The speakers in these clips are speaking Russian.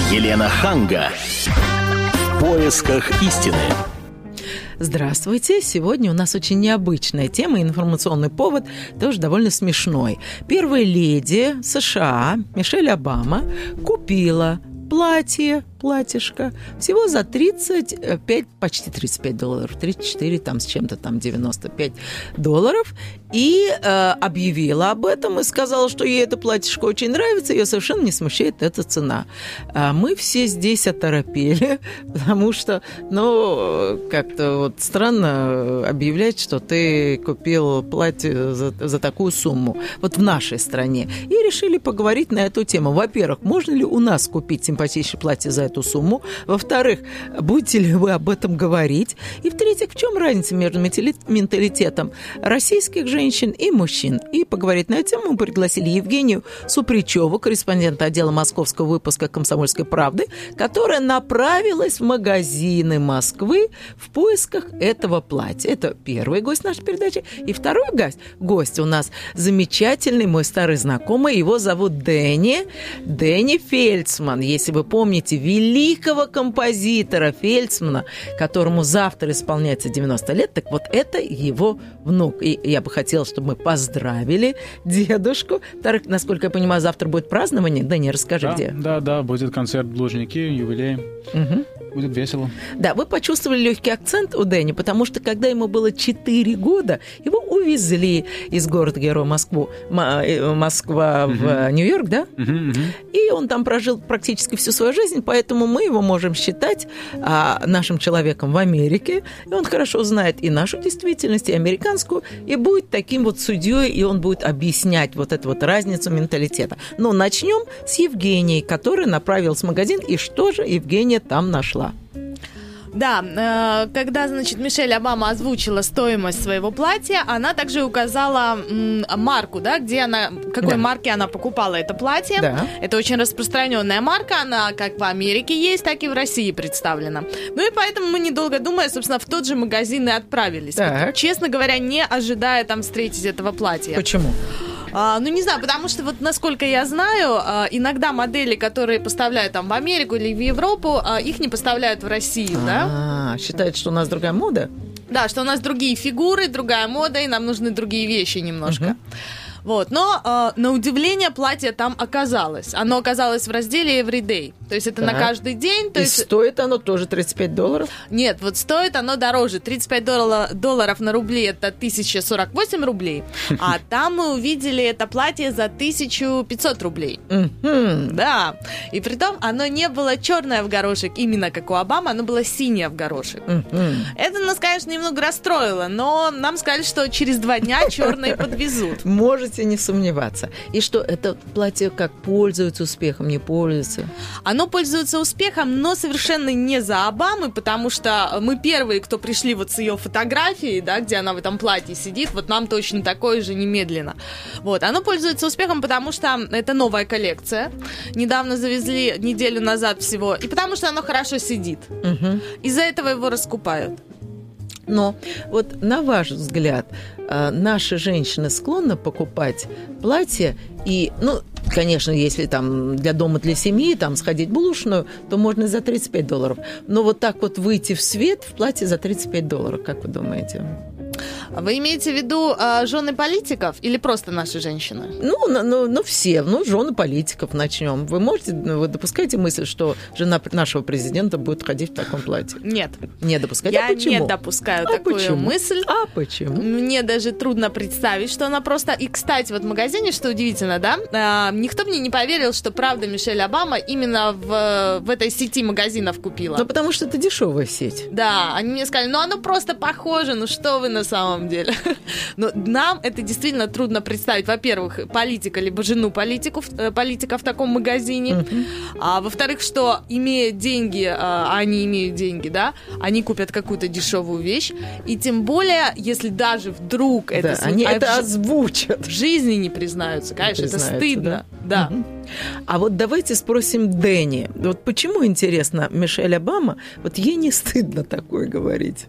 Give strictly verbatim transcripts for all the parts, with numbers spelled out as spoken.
Елена Ханга. В поисках истины. Здравствуйте. Сегодня у нас очень необычная тема, информационный повод, тоже довольно смешной. Первая леди США Мишель Обама купила платье, платьишко, всего за тридцать пять, почти тридцать пять долларов, тридцать четыре там с чем-то там девяносто пять долларов, и э, объявила об этом и сказала, что ей это платьишко очень нравится, ее совершенно не смущает эта цена. А мы все здесь оторопели, потому что, ну, как-то вот странно объявлять, что ты купил платье за, за такую сумму, вот в нашей стране. И решили поговорить на эту тему. Во-первых, можно ли у нас купить симпатичное платье за эту сумму? Во-вторых, будете ли вы об этом говорить? И в-третьих, в чем разница между менталитетом российских женщин и мужчин? И поговорить на эту тему мы пригласили Евгению Супричеву, корреспондента отдела московского выпуска «Комсомольской правды», которая направилась в магазины Москвы в поисках этого платья. Это первый гость нашей передачи. И второй гость, гость у нас замечательный, мой старый знакомый. Его зовут Дэнни. Дэнни Фельдсман. Если вы помните великого композитора Фельдсмана, которому завтра исполняется девяносто лет, так вот это его внук. И я бы хотела, чтобы мы поздравили дедушку. Во-вторых, насколько я понимаю, завтра будет празднование. Да, не расскажи, да, где. Да, да, будет концерт в Лужнике, юбилей. Угу. Будет весело. Да, вы почувствовали легкий акцент у Дэнни, потому что, когда ему было четыре года, его увезли из города-героя Москву, Москва угу. в Нью-Йорк, да? Угу, угу. И он там прожил практически всю свою жизнь, поэтому мы его можем считать а, нашим человеком в Америке. И он хорошо знает и нашу действительность, и американскую, и будет таким вот судьей, и он будет объяснять вот эту вот разницу менталитета. Но начнем с Евгенией, которая направилась в магазин, и что же Евгения там нашла? Да, когда, значит, Мишель Обама озвучила стоимость своего платья, она также указала м, марку, да, где она, какой да. марки она покупала это платье. Да. Это очень распространенная марка, она как в Америке есть, так и в России представлена. Ну и поэтому мы, недолго думая, собственно, в тот же магазин и отправились. Вот, честно говоря, не ожидая там встретить этого платья. Почему? А, ну, не знаю, потому что, вот, насколько я знаю, а, иногда модели, которые поставляют там в Америку или в Европу, а, их не поставляют в Россию, да? А, считают, что у нас другая мода? Да, что у нас другие фигуры, другая мода, и нам нужны другие вещи немножко. Uh-huh. Вот, но э, на удивление платье там оказалось. Оно оказалось в разделе Everyday. То есть это так. на каждый день. То и есть... стоит оно тоже тридцать пять долларов? Нет, вот стоит оно дороже. тридцать пять долларов на рубли – это тысяча сорок восемь рублей. А там мы увидели это платье за тысячу пятьсот рублей. Да. И притом оно не было черное в горошек, именно как у Обамы, оно было синее в горошек. Это нас, конечно, немного расстроило, но нам сказали, что через два дня черное подвезут. Можете не сомневаться. И что, это платье как пользуется успехом, не пользуется? Оно пользуется успехом, но совершенно не за Обамы, потому что мы первые, кто пришли вот с ее фотографией, да, где она в этом платье сидит, вот нам точно такое же немедленно. Вот, оно пользуется успехом, потому что это новая коллекция. Недавно завезли, неделю назад всего, и потому что оно хорошо сидит. Угу. Из-за этого его раскупают. Но вот на ваш взгляд, наши женщины склонны покупать платья и, ну, конечно, если там для дома, для семьи, там сходить в булочную, то можно и за тридцать пять долларов. Но вот так вот выйти в свет в платье за тридцать пять долларов, как вы думаете? Вы имеете в виду э, жены политиков или просто наши женщины? Ну, ну, ну, все. Ну, жены политиков начнем. Вы можете, вы допускаете мысль, что жена нашего президента будет ходить в таком платье? Нет. Не допускаете? Я а почему? не допускаю а такую почему? мысль. А почему? Мне даже трудно представить, что она просто... И, кстати, вот в магазине, что удивительно, да, э, никто мне не поверил, что правда Мишель Обама именно в, в этой сети магазинов купила. Ну, потому что это дешевая сеть. Да, они мне сказали, ну, оно просто похоже, ну, что вы на самом деле. Но нам это действительно трудно представить. Во-первых, политика, либо жену политику, политика в таком магазине. Uh-huh. А во-вторых, что имея деньги, а они имеют деньги, да, они купят какую-то дешевую вещь. И тем более, если даже вдруг да, это... Они а это в... озвучат. В жизни не признаются, конечно, не признаются, это стыдно. Да. Да. Uh-huh. А вот давайте спросим Дэнни. Вот почему, интересно, Мишель Обама, вот ей не стыдно такое говорить?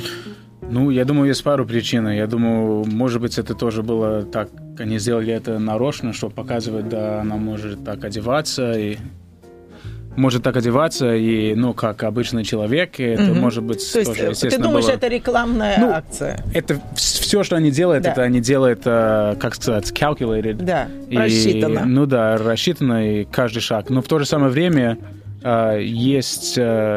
Ну, я думаю, есть пару причин. Я думаю, может быть, это тоже было так, они сделали это нарочно, чтобы показывать, да, она может так одеваться. И может так одеваться, и, ну, как обычный человек, это mm-hmm. может быть То тоже, есть, естественно, ты думаешь, было... это рекламная ну, акция? Это все, что они делают, да. это они делают, как сказать, calculated. Да, и, рассчитано. Ну да, рассчитано, и каждый шаг. Но в то же самое время есть,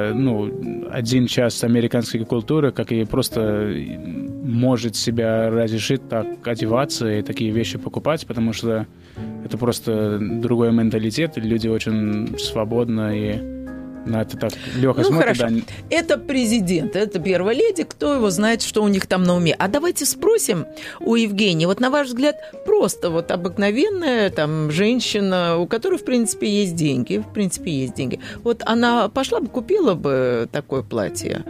ну, один час американской культуры, как и просто может себя разрешить так одеваться и такие вещи покупать, потому что это просто другой менталитет, и люди очень свободно и на это так легко ну, смотрят. Хорошо. Да. Это президент, это первая леди, кто его знает, что у них там на уме. А давайте спросим у Евгении, вот на ваш взгляд, просто вот обыкновенная там женщина, у которой, в принципе, есть деньги, в принципе, есть деньги. Вот она пошла бы, купила бы такое платье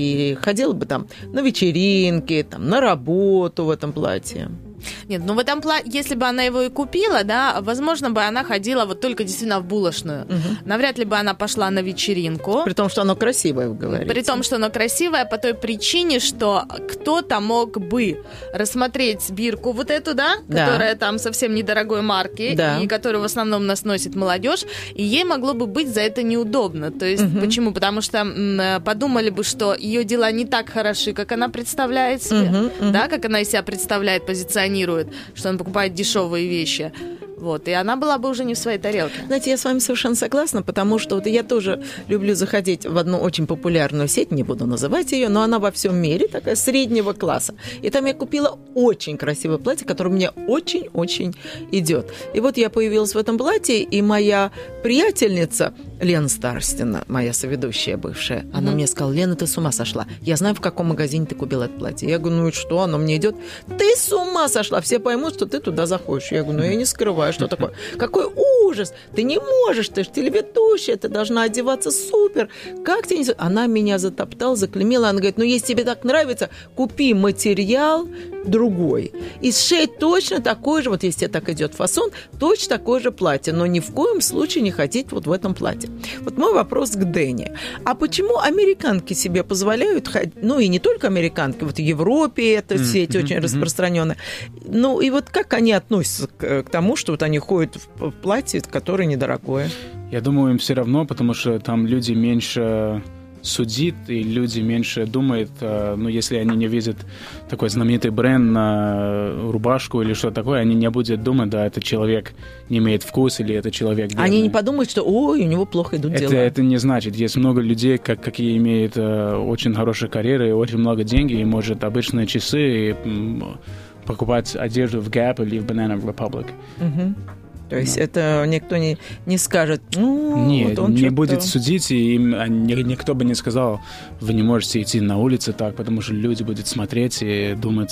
и ходила бы там на вечеринки, там, на работу в этом платье. Нет, ну в этом плане, если бы она его и купила, да, возможно бы она ходила вот только действительно в булочную. Угу. Навряд ли бы она пошла на вечеринку. При том, что оно красивое, вы говорите. При том, что оно красивое по той причине, что кто-то мог бы рассмотреть бирку вот эту, да, да. которая там совсем недорогой марки, да. и которую в основном нас носит молодежь, и ей могло бы быть за это неудобно. То есть, угу. почему? Потому что м, подумали бы, что ее дела не так хороши, как она представляет себе, угу, угу. да, как она из себя представляет, позиционирует, что он покупает дешевые вещи. Вот, и она была бы уже не в своей тарелке. Знаете, я с вами совершенно согласна, потому что вот я тоже люблю заходить в одну очень популярную сеть, не буду называть ее, но она во всем мире такая среднего класса. И там я купила очень красивое платье, которое мне очень-очень идет. И вот я появилась в этом платье, и моя приятельница Лена Старостина, моя соведущая бывшая, mm-hmm. она мне сказала: Лена, ты с ума сошла. Я знаю, в каком магазине ты купила это платье. Я говорю, ну и что, оно мне идет? Ты с ума сошла, все поймут, что ты туда заходишь. Я говорю, ну я не скрываю. Что такое? Какой ужас! Ты не можешь, ты же телеведущая, ты должна одеваться супер. Как тебе не... Она меня затоптала, заклеймила. Она говорит, ну если тебе так нравится, купи материал другой. И сшей точно такой же, вот если тебе так идет фасон, точно такое же платье. Но ни в коем случае не ходить вот в этом платье. Вот мой вопрос к Дэне. А почему американки себе позволяют ходить, ну и не только американки, вот в Европе эта сеть mm-hmm. очень mm-hmm. распространенная. Ну и вот как они относятся к, к тому, что вот они ходят в платье, которое недорогое? Я думаю, им все равно, потому что там люди меньше судит, и люди меньше думают, ну, если они не видят такой знаменитый бренд на рубашку или что такое, они не будут думать, да, этот человек не имеет вкус, или этот человек бедный. Они не подумают, что, ой, у него плохо идут это, дела. Это не значит. Есть много людей, как, какие имеют uh, очень хорошие карьеры, очень много денег, и, может, обычные часы, и м, покупать одежду в Gap или в Banana Republic. Угу. То есть да. это никто не, не скажет, ну, Нет, вот он не что-то... будет судить, и им, никто бы не сказал, вы не можете идти на улице так, потому что люди будут смотреть и думать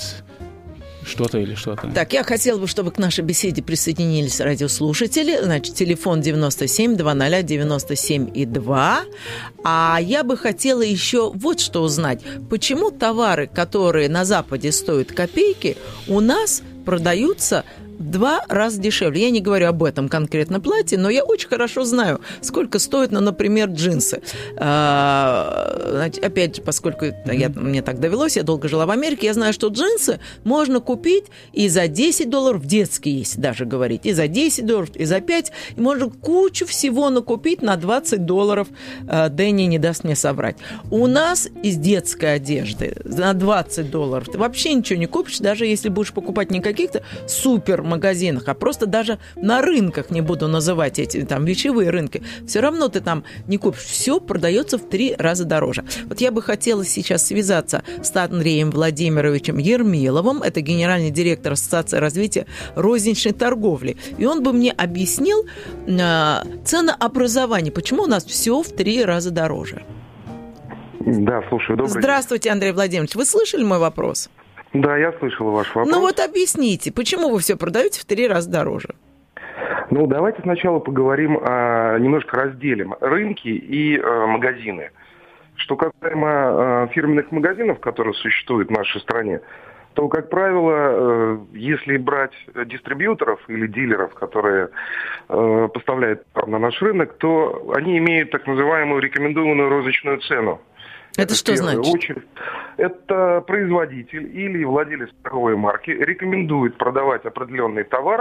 что-то или что-то. Так, я хотела бы, чтобы к нашей беседе присоединились радиослушатели. Значит, телефон девяносто семь двадцать девяносто семь и два. А я бы хотела еще вот что узнать. Почему товары, которые на Западе стоят копейки, у нас продаются в два раза дешевле. Я не говорю об этом конкретно платье, но я очень хорошо знаю, сколько стоят, ну, например, джинсы. А, опять же, поскольку я, мне так довелось, я долго жила в Америке, я знаю, что джинсы можно купить и за десять долларов, детские, если даже говорить, и за десять долларов, и за пять, и можно кучу всего накупить на двадцать долларов. Дэнни не даст мне соврать. У нас из детской одежды на двадцать долларов ты вообще ничего не купишь, даже если будешь покупать не каких-то супер магазинах, а просто даже на рынках, не буду называть эти там вещевые рынки, все равно ты там не купишь. Все продается в три раза дороже. Вот я бы хотела сейчас связаться с Андреем Владимировичем Ермиловым, это генеральный директор Ассоциации развития розничной торговли. И он бы мне объяснил э, ценообразование, почему у нас все в три раза дороже. Да, слушаю. Добрый Здравствуйте, Андрей Владимирович. Вы слышали мой вопрос? Да, я слышал ваш вопрос. Ну вот объясните, почему вы все продаете в три раза дороже? Ну, давайте сначала поговорим, а, немножко разделим рынки и а, магазины. Что касаемо а, фирменных магазинов, которые существуют в нашей стране, то, как правило, а, если брать дистрибьюторов или дилеров, которые а, поставляют на наш рынок, то они имеют так называемую рекомендованную розничную цену. Это, это что значит? Очередь. Это производитель или владелец торговой марки рекомендует продавать определенный товар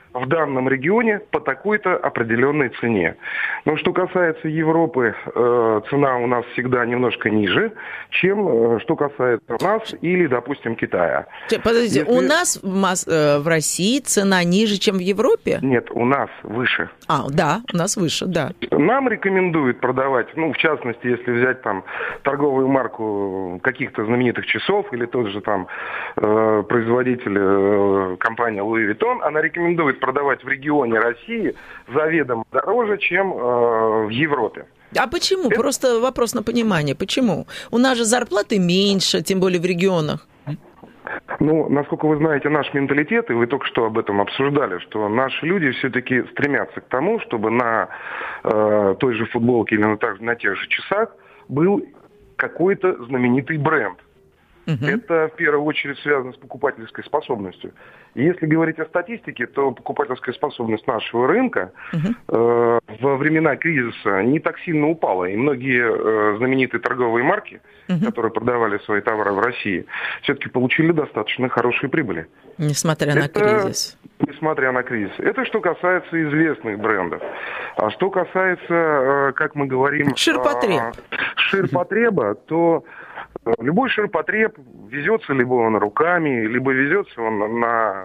в данном регионе по такой-то определенной цене. Но что касается Европы, э, цена у нас всегда немножко ниже, чем э, что касается нас или, допустим, Китая. Подождите, Если... у нас в, Мос... в России цена ниже, чем в Европе? Нет, у нас выше. А, да, у нас выше, да. Нам рекомендуют продавать, ну, в частности, если взять там торговую марку каких-то знаменитых часов или тот же там э, производитель э, компания Louis Vuitton, она рекомендует продавать в регионе России заведомо дороже, чем э, в Европе. А почему? Это... Просто вопрос на понимание. Почему? У нас же зарплаты меньше, тем более в регионах. Ну, насколько вы знаете наш менталитет, и вы только что об этом обсуждали, что наши люди все-таки стремятся к тому, чтобы на э, той же футболке или на, на тех же часах был какой-то знаменитый бренд. Uh-huh. Это в первую очередь связано с покупательской способностью. И если говорить о статистике, то покупательская способность нашего рынка uh-huh. э, во времена кризиса не так сильно упала. И многие э, знаменитые торговые марки, uh-huh. которые продавали свои товары в России, все-таки получили достаточно хорошие прибыли. Несмотря Это, на кризис. Несмотря на кризис. Это что касается известных брендов. А что касается, э, как мы говорим... Ширпотреб. Э, ширпотреба, то... Любой ширпотреб, везется либо он руками, либо везется он на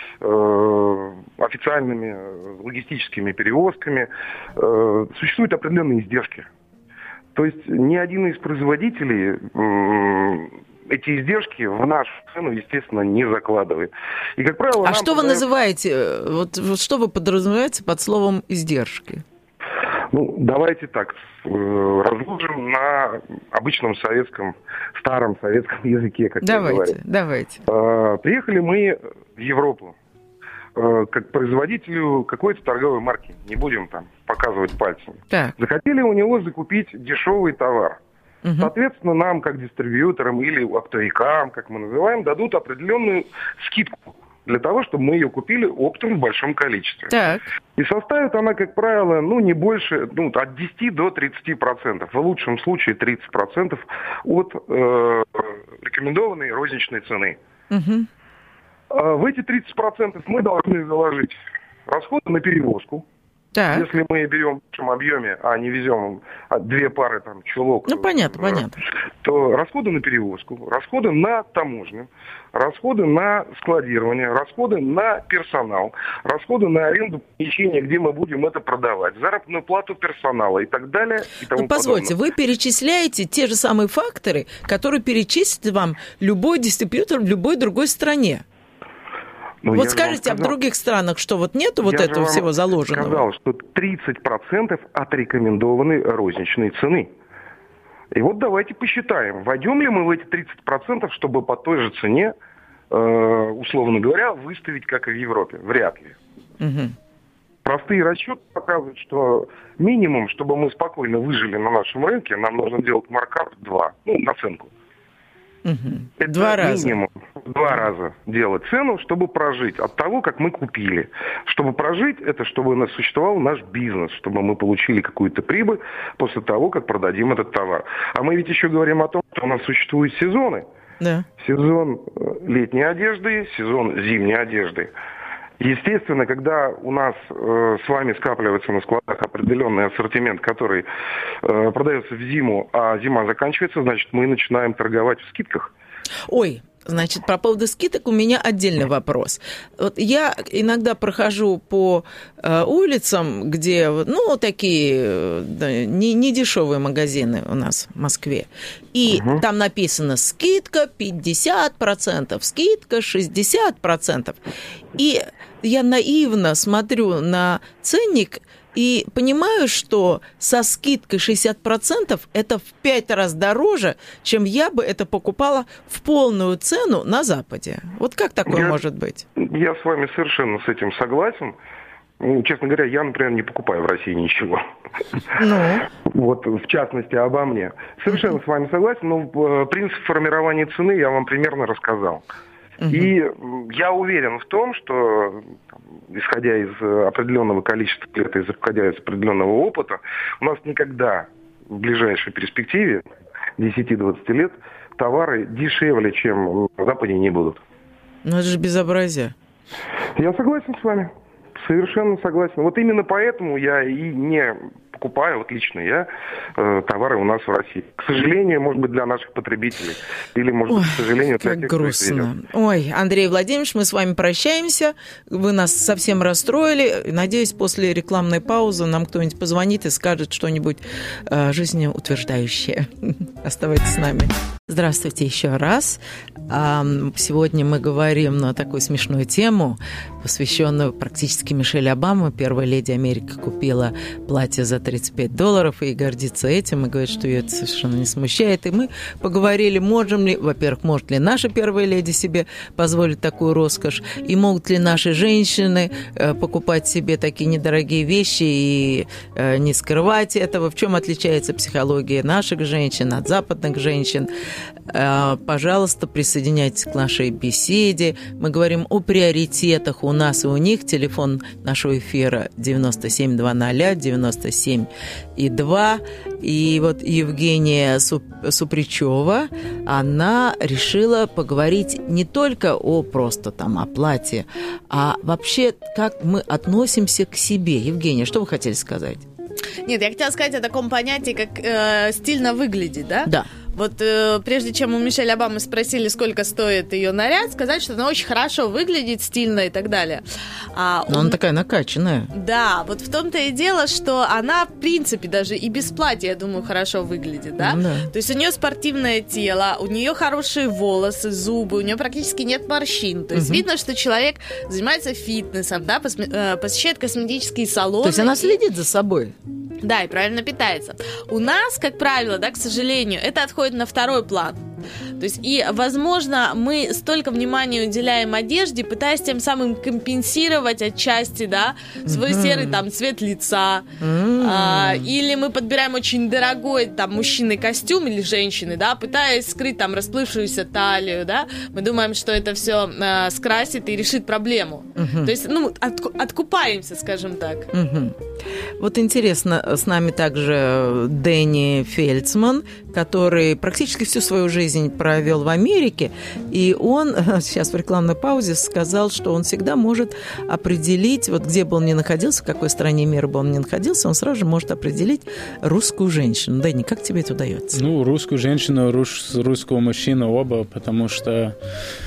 э, официальными логистическими перевозками. Э, существуют определенные издержки. То есть ни один из производителей э, эти издержки в нашу цену, естественно, не закладывает. И, как правило, а что продают... вы называете, вот, вот что вы подразумеваете под словом «издержки»? Ну, давайте так, разложим на обычном советском, старом советском языке, как давайте, я говорю. Давайте, давайте. Приехали мы в Европу как производителю какой-то торговой марки. Не будем там показывать пальцем. Так. Захотели у него закупить дешевый товар. Угу. Соответственно, нам, как дистрибьюторам или оптовикам, как мы называем, дадут определенную скидку для того, чтобы мы ее купили оптом в большом количестве. Так. И составит она, как правило, ну, не больше, ну, от десяти до тридцати процентов. В лучшем случае тридцать процентов от э, рекомендованной розничной цены. Угу. А в эти тридцать процентов мы должны заложить расходы на перевозку. Так. Если мы берем в большом объеме, а не везем две пары там чулок, ну, понятно, понятно. то расходы на перевозку, расходы на таможню, расходы на складирование, расходы на персонал, расходы на аренду помещения, где мы будем это продавать, заработную плату персонала и так далее. И тому ну, позвольте, подобное. Вы перечисляете те же самые факторы, которые перечислит вам любой дистрибьютор в любой другой стране. Ну, вот скажите, а в других странах что, вот нету вот я этого всего заложенного? Я сказал, что тридцать процентов от рекомендованной розничной цены. И вот давайте посчитаем, войдем ли мы в эти тридцать процентов, чтобы по той же цене, э, условно говоря, выставить, как и в Европе. Вряд ли. Угу. Простые расчеты показывают, что минимум, чтобы мы спокойно выжили на нашем рынке, нам нужно делать маркап два, ну, наценку. Угу. Это два раза. Минимум два раза делать цену, чтобы прожить от того, как мы купили. Чтобы прожить, это чтобы у нас существовал наш бизнес, чтобы мы получили какую-то прибыль после того, как продадим этот товар. А мы ведь еще говорим о том, что у нас существуют сезоны. Да. Сезон летней одежды, сезон зимней одежды. Естественно, когда у нас э, с вами скапливается на складах определенный ассортимент, который э, продается в зиму, а зима заканчивается, значит, мы начинаем торговать в скидках. Ой, значит, по поводу скидок у меня отдельный вопрос. Вот я иногда прохожу по э, улицам, где, ну, такие да, не, не дешевые магазины у нас в Москве, и угу. там написано скидка пятьдесят процентов, скидка шестьдесят процентов. И я наивно смотрю на ценник и понимаю, что со скидкой шестьдесят процентов это в пять раз дороже, чем я бы это покупала в полную цену на Западе. Вот как такое я, может быть? Я с вами совершенно с этим согласен. Ну, честно говоря, я, например, не покупаю в России ничего. Ну? Вот, в частности, обо мне. Совершенно с вами согласен, но принцип формирования цены я вам примерно рассказал. Uh-huh. И я уверен в том, что, исходя из определенного количества лет, исходя из определенного опыта, у нас никогда в ближайшей перспективе, десять-двадцать лет, товары дешевле, чем на Западе, не будут. Ну, это же безобразие. Я согласен с вами. Совершенно согласен. Вот именно поэтому я и не покупаю, вот лично я, э, товары у нас в России. К сожалению, может быть, для наших потребителей. Или, может Ой, быть, к сожалению, для как тех, грустно. Ой, Андрей Владимирович, мы с вами прощаемся. Вы нас совсем расстроили. Надеюсь, после рекламной паузы нам кто-нибудь позвонит и скажет что-нибудь э, жизнеутверждающее. Оставайтесь с нами. Здравствуйте еще раз. Сегодня мы говорим на такую смешную тему, посвященную практически Мишель Обама. Первая леди Америки купила платье за тридцать пять долларов и гордится этим, и говорит, что ее это совершенно не смущает. И мы поговорили, можем ли, во-первых, может ли наша первая леди себе позволить такую роскошь, и могут ли наши женщины покупать себе такие недорогие вещи и не скрывать этого. В чем отличается психология наших женщин от западных женщин? Пожалуйста, присоединяйтесь к нашей беседе. Мы говорим о приоритетах у нас и у них. Телефон нашего эфира девяносто семь двадцать девяносто семь и два. И вот Евгения Супричева, она решила поговорить не только о просто там о платье, а вообще как мы относимся к себе. Евгения, что вы хотели сказать? Нет, я хотела сказать о таком понятии, как э, стильно выглядеть, да? Да. Вот э, прежде чем у Мишель Обамы спросили, сколько стоит ее наряд, сказать, что она очень хорошо выглядит, стильно и так далее. А Но он... она такая накачанная. Да, вот в том-то и дело, что она, в принципе, даже и без платья, я думаю, хорошо выглядит, да? Да. То есть у нее спортивное тело, у нее хорошие волосы, зубы, у нее практически нет морщин. То есть угу. видно, что человек занимается фитнесом, да, посещает косметические салоны. То есть она следит за собой. Да, и правильно питается. У нас, как правило, да, к сожалению, это отходит на второй план. То есть, и, возможно, мы столько внимания уделяем одежде, пытаясь тем самым компенсировать отчасти, да, свой mm-hmm. серый там цвет лица. Mm-hmm. А, или мы подбираем очень дорогой там мужчиный костюм или женщины, да, пытаясь скрыть там расплывшуюся талию, да. Мы думаем, что это все а, скрасит и решит проблему. Mm-hmm. То есть, ну, от, откупаемся, скажем так. Mm-hmm. Вот интересно, с нами также Дэнни Фельдсман, который практически всю свою жизнь провел в Америке, и он сейчас в рекламной паузе сказал, что он всегда может определить, вот где бы он ни находился, в какой стране мира бы он ни находился, он сразу же может определить русскую женщину. Дэнни, как тебе это удается? Ну, русскую женщину, рус, русского мужчину оба, потому что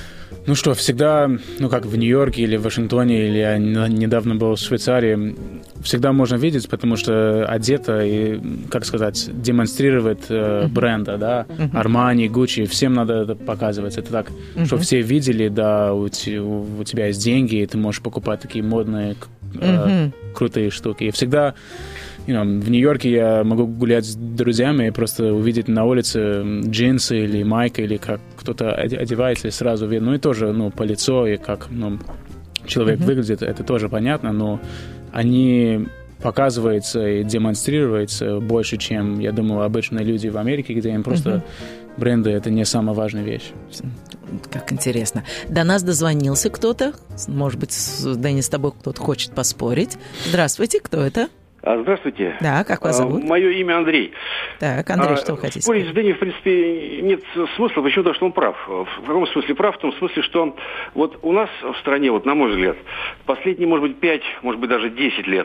ну что, всегда, ну как в Нью-Йорке или в Вашингтоне, или я недавно был в Швейцарии, всегда можно видеть, потому что одета и, как сказать, демонстрировать э, бренда, да, Armani, Gucci, всем надо это показывать. Это так, uh-huh. чтобы все видели, да, у, у тебя есть деньги, и ты можешь покупать такие модные, э, uh-huh. крутые штуки. И всегда, you know, в Нью-Йорке я могу гулять с друзьями и просто увидеть на улице джинсы или майка, или как кто-то одевается, и сразу видно. Ну и тоже, ну, по лицу, и как, ну, человек uh-huh. выглядит, это тоже понятно, но они показываются и демонстрируются больше, чем, я думаю, обычные люди в Америке, где им просто uh-huh. бренды — это не самая важная вещь. Как интересно. До нас дозвонился кто-то. Может быть, Дэнни, с тобой кто-то хочет поспорить. Здравствуйте, кто это? Здравствуйте. Да, как вас зовут? Мое имя Андрей. Так, Андрей, а, что вы хотите сказать? Спорить с Дэнни, в принципе, нет смысла. Почему? Потому что он прав. В каком смысле прав? В том смысле, что вот у нас в стране, вот на мой взгляд, последние, может быть, пять, может быть, даже десять лет,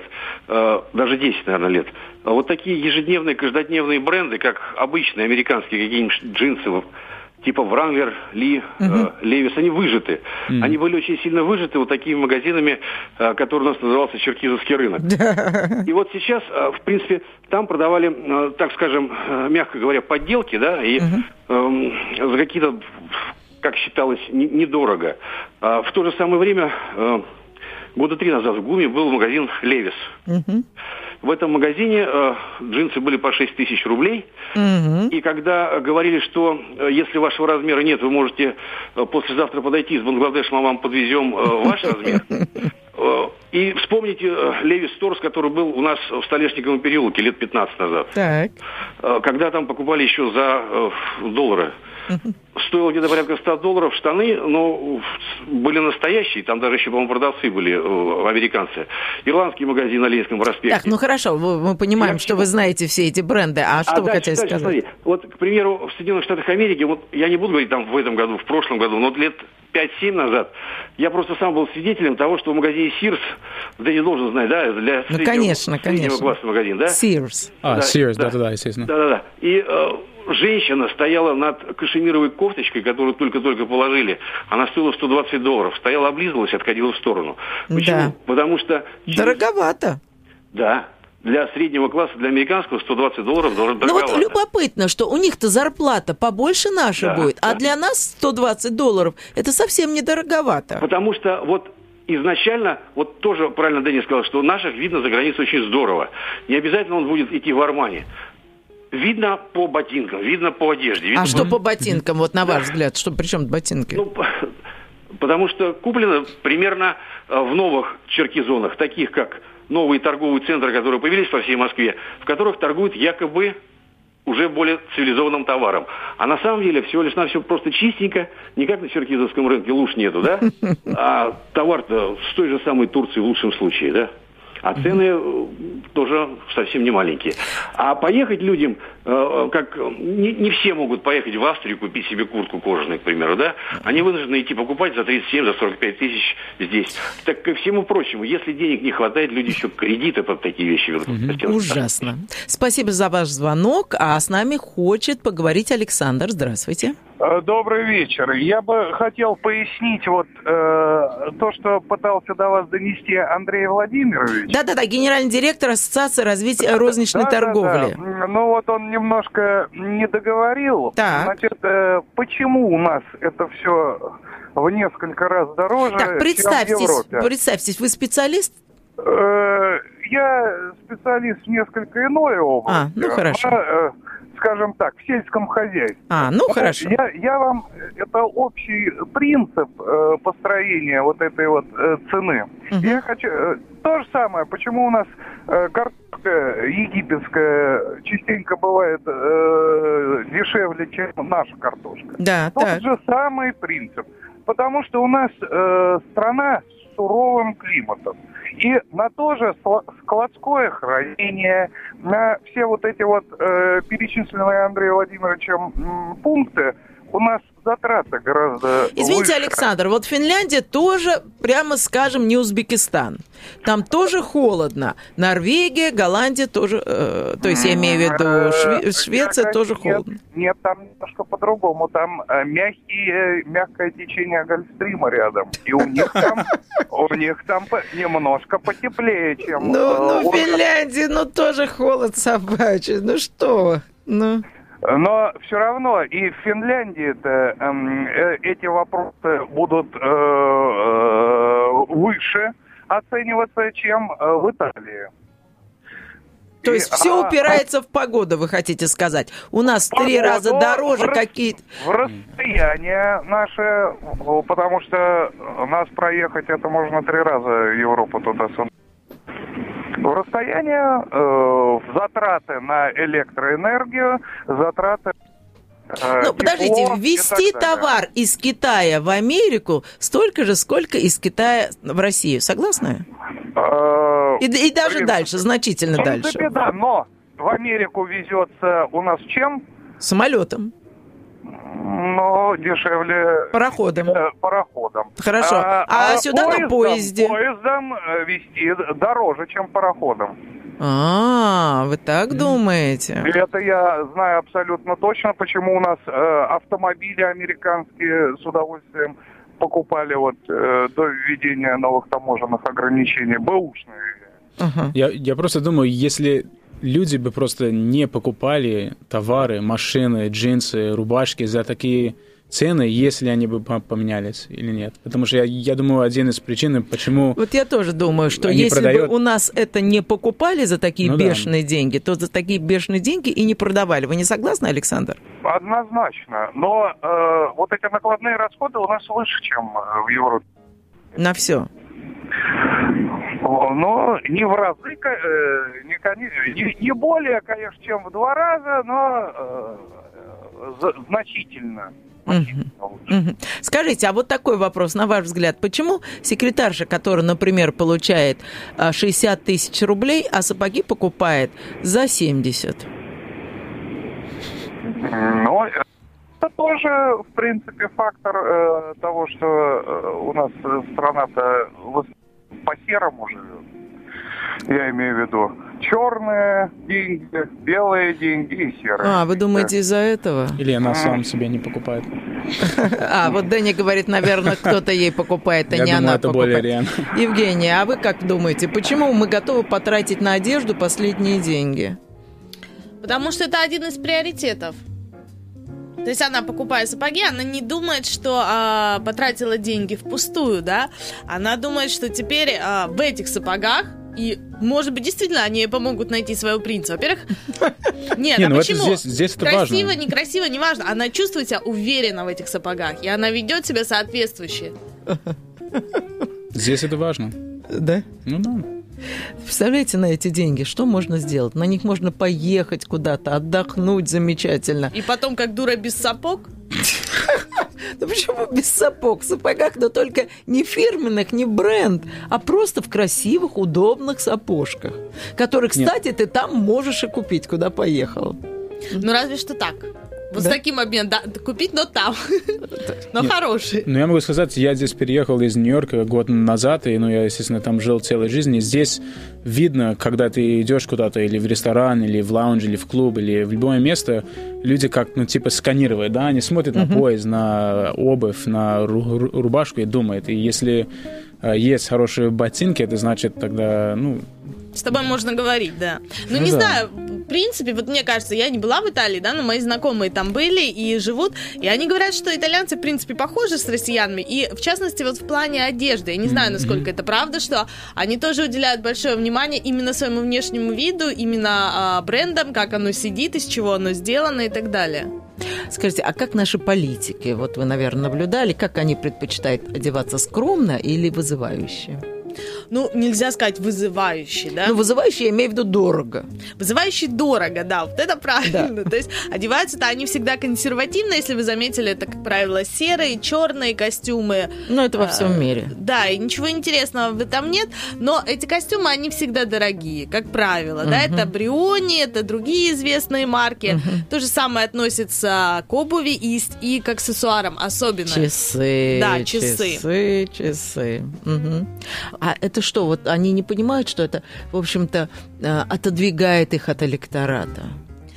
даже десять, наверное, лет, вот такие ежедневные, каждодневные бренды, как обычные американские какие-нибудь джинсы, типа Wrangler, Ли, uh-huh. э, Левис, они выжаты. Uh-huh. Они были очень сильно выжаты вот такими магазинами, э, который у нас назывался Черкизовский рынок. И вот сейчас, э, в принципе, там продавали, э, так скажем, э, мягко говоря, подделки, да, и uh-huh. э, за какие-то, как считалось, не, недорого. А в то же самое время, э, года три назад в ГУМе был магазин Левис. Uh-huh. В этом магазине э, джинсы были по шесть тысяч рублей. Mm-hmm. И когда говорили, что э, если вашего размера нет, вы можете э, послезавтра подойти из Бангладеш, мы вам подвезем э, ваш размер. Э, и вспомните Левис Сторс, который был у нас в Столешниковом переулке лет пятнадцать назад. Так. Э, когда там покупали еще за э, доллары. стоило где-то порядка сто долларов. Штаны, ну, были настоящие, там даже еще, по-моему, продавцы были, американцы. Ирландский магазин на Ленинском проспекте. Так, ну хорошо, мы понимаем, Я что вы знаете все эти бренды, а что а вы дальше, хотели дальше, сказать? Смотри, вот, к примеру, в Соединенных Штатах Америки, вот я не буду говорить там в этом году, в прошлом году, но лет пять-семь назад, я просто сам был свидетелем того, что в магазине Sears, да не должен знать, да, для ну, среднего, конечно, среднего конечно. класса магазин, да? Sears. А, да, Sears, да, да-да-да, естественно. Да-да-да. И э, женщина стояла над кашемировой кофточкой, которую только-только положили. Она стоила сто двадцать долларов. Стояла, облизывалась, отходила в сторону. Почему? Да. Потому что... Дороговато. Да. Для среднего класса, для американского сто двадцать долларов дороговато. Ну вот любопытно, что у них-то зарплата побольше нашей да, будет, да. а для нас сто двадцать долларов это совсем недороговато. Потому что вот изначально, вот тоже правильно Дэнни сказал, что наших видно за границей очень здорово. Не обязательно он будет идти в Армани. Видно по ботинкам, видно по одежде. Видно а по... что по ботинкам, вот на ваш взгляд? Что, при чем ботинки? Ну, потому что куплено примерно в новых черкизонах, таких как новые торговые центры, которые появились по всей Москве, в которых торгуют якобы уже более цивилизованным товаром. А на самом деле всего лишь навсего просто чистенько, не как на черкизовском рынке луж нету, да? А товар-то с той же самой Турции в лучшем случае, да? А цены тоже совсем не маленькие. А поехать людям, как не, не все могут поехать в Австрию купить себе куртку кожаную, к примеру, да? Они вынуждены идти покупать за тридцать семь, за сорок пять тысяч здесь. Так ко всему прочему, если денег не хватает, люди еще кредиты под такие вещи берут. Mm-hmm. Ужасно. Спасибо за ваш звонок. А с нами хочет поговорить Александр. Здравствуйте. Добрый вечер. Я бы хотел пояснить вот э, то, что пытался до вас донести Андрей Владимирович. Да-да-да, генеральный директор Ассоциации развития розничной да, торговли. Да, да. Ну вот он немножко не договорил. Так. Значит, э, почему у нас это все в несколько раз дороже, так, представьтесь, чем в Европе? Представьтесь, вы специалист? Э, я специалист в несколько иной области. А, ну хорошо. Но, э, скажем так, в сельском хозяйстве. А, ну хорошо. Я, я вам, это общий принцип э, построения вот этой вот э, цены. Угу. Я хочу, э, то же самое, почему у нас э, картошка египетская частенько бывает э, дешевле, чем наша картошка. Да, Тот так. же самый принцип. Потому что у нас э, страна с суровым климатом. И на то же складское хранение, на все вот эти вот э, перечисленные Андреем Владимировичем м, пункты у нас затраты гораздо Извините, выше. Александр, вот Финляндия тоже, прямо скажем, не Узбекистан. Там тоже холодно. Норвегия, Голландия тоже, э, то есть я имею в виду Шве- Швеция нет, тоже холодно. Нет, нет, там немножко по-другому. Там э, мягкие, мягкое течение Гольфстрима рядом. И у них там, у них там немножко потеплее, чем... Ну, ну Финляндия, ну тоже холод собачий. Ну что? Ну... Но все равно и в Финляндии-то э, эти вопросы будут э, э, выше оцениваться, чем э, в Италии. То есть и, все а, упирается а, в погоду, вы хотите сказать? У нас в три раза дороже в, какие-то... В расстояние наше, потому что нас проехать это можно три раза Европу туда-сюда. В расстояние, э, затраты на электроэнергию, затраты... Э, ну, подождите, ввести товар из Китая в Америку столько же, сколько из Китая в Россию. Согласны? Э, и, и даже при... дальше, значительно в принципе, дальше. Да, но в Америку везется у нас чем? Самолетом. Ну, дешевле... Пароходом. Э, пароходом. Хорошо. А, а, а сюда поездом, на поезде? Поездом везти дороже, чем пароходом. А, вы так mm. думаете? Это я знаю абсолютно точно, почему у нас э, автомобили американские с удовольствием покупали вот э, до введения новых таможенных ограничений. Бэушные. Uh-huh. Я, я просто думаю, если... Люди бы просто не покупали товары, машины, джинсы, рубашки за такие цены, если они бы поменялись или нет. Потому что я, я думаю, один из причин, почему... Вот я тоже думаю, что если продают... бы у нас это не покупали за такие ну, бешеные да. деньги, то за такие бешеные деньги и не продавали. Вы не согласны, Александр? Однозначно. Но э, вот эти накладные расходы у нас выше, чем в Европе. На все? Ну, не в разы, не, не, не более, конечно, чем в два раза, но значительно. Угу. Скажите, а вот такой вопрос, на ваш взгляд, почему секретарша, которая, например, получает шестьдесят тысяч рублей, а сапоги покупает за семьдесят? Ну, это тоже, в принципе, фактор э, того, что э, у нас страна-то по-серому живет. Я имею в виду черные деньги, белые деньги и серые. А, вы думаете, из-за этого? Или она сам себе не покупает? А, вот Дэнни говорит, наверное, кто-то ей покупает, а не она покупает. Я думаю, это более реально. Евгения, а вы как думаете, почему мы готовы потратить на одежду последние деньги? Потому что это один из приоритетов. То есть она, покупая сапоги, она не думает, что а, потратила деньги впустую, да? Она думает, что теперь а, в этих сапогах, и, может быть, действительно, они ей помогут найти своего принца. Во-первых, нет, а почему? Красиво, некрасиво, неважно. Она чувствует себя уверенно в этих сапогах, и она ведет себя соответствующе. Здесь это важно. Да? Ну да. Представляете, на эти деньги что можно сделать? На них можно поехать куда-то, отдохнуть замечательно. И потом, как дура, без сапог? Да почему без сапог? В сапогах, но только не фирменных, не бренд, а просто в красивых, удобных сапожках, которые, кстати, ты там можешь и купить, куда поехал. Ну, разве что так. Вот да? С таким обменом, да, купить, но там, но Нет. хороший. Ну, я могу сказать, я здесь переехал из Нью-Йорка год назад, и, ну, я, естественно, там жил целой жизнью. Здесь видно, когда ты идешь куда-то или в ресторан, или в лаунж, или в клуб, или в любое место, люди как, ну, типа, сканируют, да, они смотрят uh-huh. на пояс, на обувь, на ру- рубашку и думают. И если э, есть хорошие ботинки, это значит тогда, ну... С тобой можно говорить, да. Ну, ну не да. знаю, в принципе, вот мне кажется, я не была в Италии, да, но мои знакомые там были и живут, и они говорят, что итальянцы, в принципе, похожи с россиянами, и, в частности, вот в плане одежды. Я не знаю, насколько mm-hmm. это правда, что они тоже уделяют большое внимание именно своему внешнему виду, именно а, брендам, как оно сидит, из чего оно сделано и так далее. Скажите, а как наши политики, вот вы, наверное, наблюдали, как они предпочитают одеваться скромно или вызывающе? Ну, нельзя сказать вызывающий, да? Ну, вызывающий, я имею в виду дорого. Вызывающий дорого, да, вот это правильно. Да. То есть одеваются-то они всегда консервативно, если вы заметили, это, как правило, серые, черные костюмы. Ну, это во всем мире. Да, и ничего интересного в этом нет, но эти костюмы, они всегда дорогие, как правило, uh-huh. да, это Бриони, это другие известные марки. Uh-huh. То же самое относится к обуви и, и к аксессуарам особенно. Часы. Да, часы. Часы, часы. Угу. А это что, вот они не понимают, что это, в общем-то, отодвигает их от электората?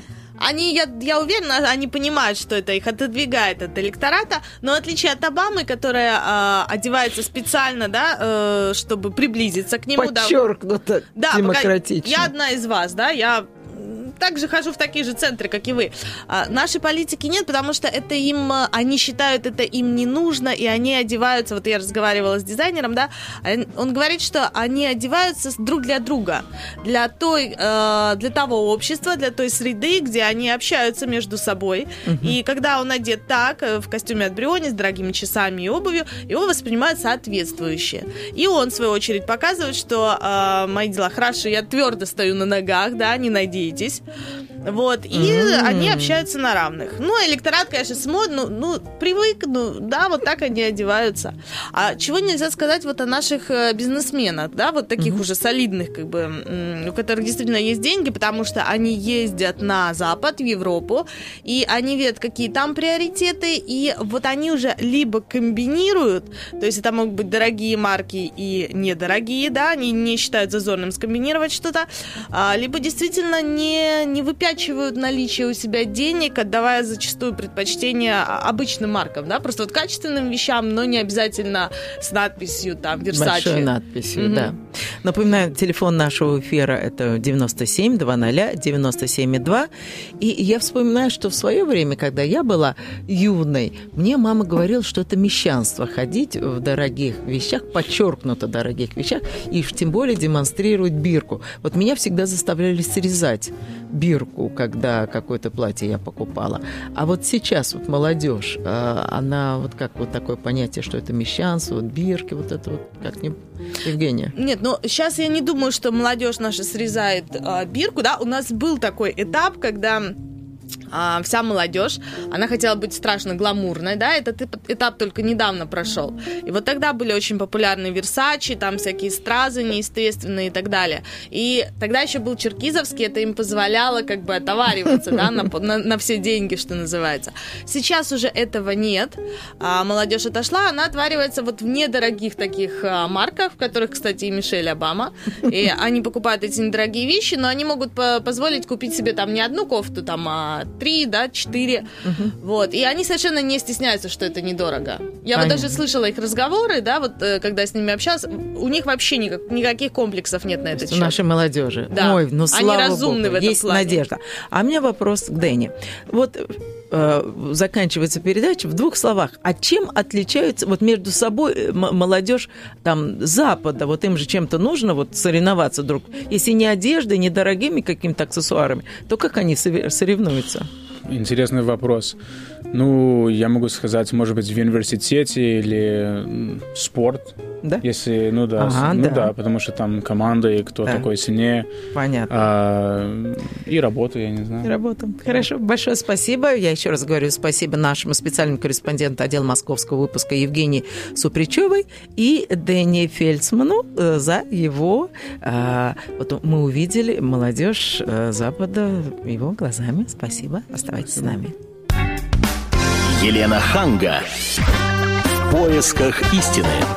Они, я, я уверена, они понимают, что это их отодвигает от электората, но в отличие от Обамы, которая э, одевается специально, да, э, чтобы приблизиться к нему. Подчеркнуто да, демократично. Я одна из вас, да, я... также хожу в такие же центры, как и вы. А, наши политики нет, потому что это им, они считают, это им не нужно, и они одеваются, вот я разговаривала с дизайнером, да, он говорит, что они одеваются друг для друга, для той, э, для того общества, для той среды, где они общаются между собой, uh-huh. и когда он одет так, в костюме от Бриони, с дорогими часами и обувью, его воспринимают соответствующе. И он, в свою очередь, показывает, что э, мои дела хороши, я твердо стою на ногах, да, не надейтесь. Вот, и mm-hmm. они общаются на равных. Ну, электорат, конечно, смотрит, ну, ну, привык, ну, да, вот так они одеваются. А чего нельзя сказать вот о наших бизнесменах, да, вот таких mm-hmm. уже солидных, как бы, у которых действительно есть деньги, потому что они ездят на Запад, в Европу, и они видят, какие там приоритеты, и вот они уже либо комбинируют, то есть это могут быть дорогие марки и недорогие, да, они не считают зазорным скомбинировать что-то, либо действительно не, не выпячивают наличие у себя денег, отдавая зачастую предпочтение обычным маркам, да, просто вот качественным вещам, но не обязательно с надписью там Versace. Большой надписью, mm-hmm. да. Напоминаю, телефон нашего эфира это девяносто семь двадцать девяносто семь два. И я вспоминаю, что в свое время, когда я была юной, мне мама говорила, что это мещанство ходить в дорогих вещах, подчеркнуто дорогих вещах, и тем более демонстрировать бирку. Вот меня всегда заставляли срезать бирку, когда какое-то платье я покупала. А вот сейчас вот молодежь, она вот как вот такое понятие, что это мещанство, вот бирки, вот это вот как не... Евгения. Нет, ну сейчас я не думаю, что молодежь наша срезает а, бирку, да, у нас был такой этап, когда а, вся молодежь, она хотела быть страшно гламурной, да, этот этап только недавно прошел. И вот тогда были очень популярны Версачи, там всякие стразы неестественные и так далее. И тогда еще был Черкизовский, это им позволяло как бы отовариваться, да, на, на, на все деньги, что называется. Сейчас уже этого нет, а молодежь отошла, она отваривается вот в недорогих таких а, марках, в которых, кстати, и Мишель Обама, и они покупают эти недорогие вещи, но они могут по- позволить купить себе там не одну кофту, там, а три, да, четыре, uh-huh. вот, и они совершенно не стесняются, что это недорого. Я Понятно. вот даже слышала их разговоры, да, вот, когда я с ними общалась, у них вообще никак, никаких комплексов нет на этот счет. У нашей молодежи. Да. Ой, ну слава Они разумны Богу. в этом Есть плане. надежда. А у меня вопрос к Дэне. Вот э, заканчивается передача в двух словах. А чем отличаются вот между собой м- молодежь там Запада? Вот им же чем-то нужно вот соревноваться друг. Если не одеждой, не дорогими какими-то аксессуарами, то как они соревнуются? Интересный вопрос. Ну, я могу сказать, может быть, в университете или спорт. Да? Если, ну да, ага, ну да. да, потому что там команда, и кто да. такой сильнее. Понятно. А, и работа, я не знаю. И работа. Хорошо, большое спасибо. Я еще раз говорю спасибо нашему специальному корреспонденту отдела московского выпуска Евгении Супричевой и Дэне Фельдсману за его... Вот мы увидели молодежь Запада его глазами. Спасибо. Оставайтесь с нами. Елена Ханга. В поисках истины.